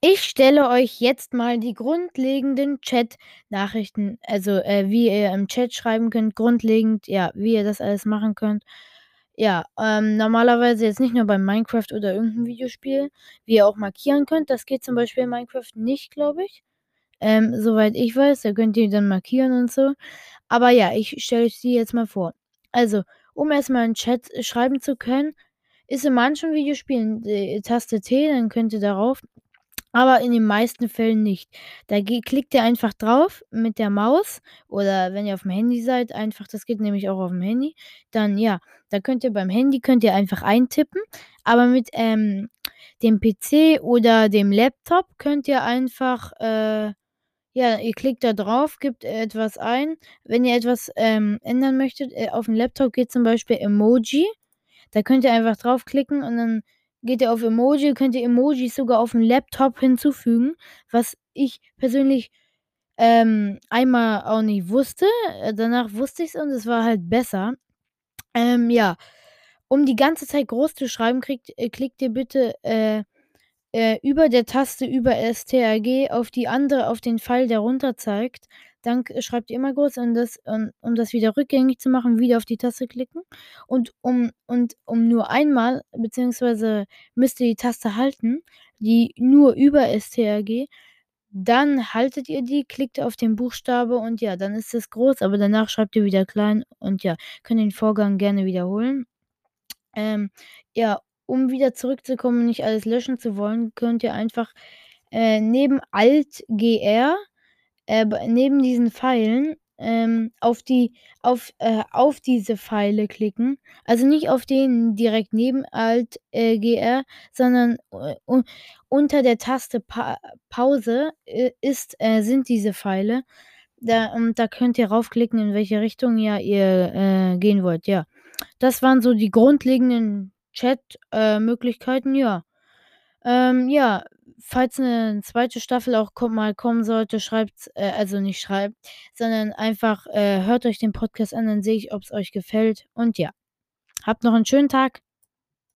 Ich stelle euch jetzt mal die grundlegenden Chat-Nachrichten, also, wie ihr im Chat schreiben könnt, grundlegend, ja, wie ihr das alles machen könnt. Ja, normalerweise jetzt nicht nur bei Minecraft oder irgend Videospiel, wie ihr auch markieren könnt. Das geht zum Beispiel in Minecraft nicht, glaube ich. Soweit ich weiß, da könnt ihr dann markieren und so. Aber ja, ich stelle euch die jetzt mal vor. Also, um erst mal 'n Chat schreiben zu können, ist in manchen Videospielen die Taste T, dann könnt ihr darauf, aber in den meisten Fällen nicht. Da klickt ihr einfach drauf mit der Maus oder wenn ihr aufm Handy seid, einfach das geht nämlich auch aufm Handy, dann ja, da könnt ihr beim Handy könnt ihr einfach eintippen, aber mit, dem PC oder dem Laptop könnt ihr einfach, ja, ihr klickt da drauf, gebt etwas ein. Wenn ihr etwas, ändern möchtet, aufm Laptop geht zum Beispiel Emoji. Da könnt ihr einfach draufklicken und dann geht ihr auf Emoji, könnt ihr Emojis sogar aufm Laptop hinzufügen, was ich persönlich, einmal auch nicht wusste. Danach wusste ich's und es war halt besser. Ja, um die ganze Zeit groß zu schreiben, klickt ihr bitte, über der Taste über STRG auf den Pfeil, der runter zeigt. Dann schreibt ihr immer groß und um das wieder rückgängig zu machen, wieder auf die Taste klicken. Und um nur einmal beziehungsweise müsst ihr die Taste halten, die nur über STRG, dann haltet ihr die, klickt auf den Buchstabe und ja, dann ist es groß, aber danach schreibt ihr wieder klein und ja, könnt den Vorgang gerne wiederholen. Ähm, ja, um wieder zurückzukommen und nicht alles löschen zu wollen, könnt ihr einfach, neben Alt GR, neben diesen Pfeilen, auf diese Pfeile klicken. Also, nicht auf den direkt neben Alt, GR, sondern, unter der Taste Pause, sind diese Pfeile. Da könnt ihr raufklicken, in welche Richtung, ja, ihr, gehen wollt, ja. Das waren so die grundlegenden Chat Möglichkeiten, ja. Ja, falls 'ne zweite Staffel auch mal kommen sollte, schreibt's also nicht schreibt, sondern einfach, hört euch den Podcast an, dann sehe ich, ob's euch gefällt und ja. Habt noch 'n schönen Tag.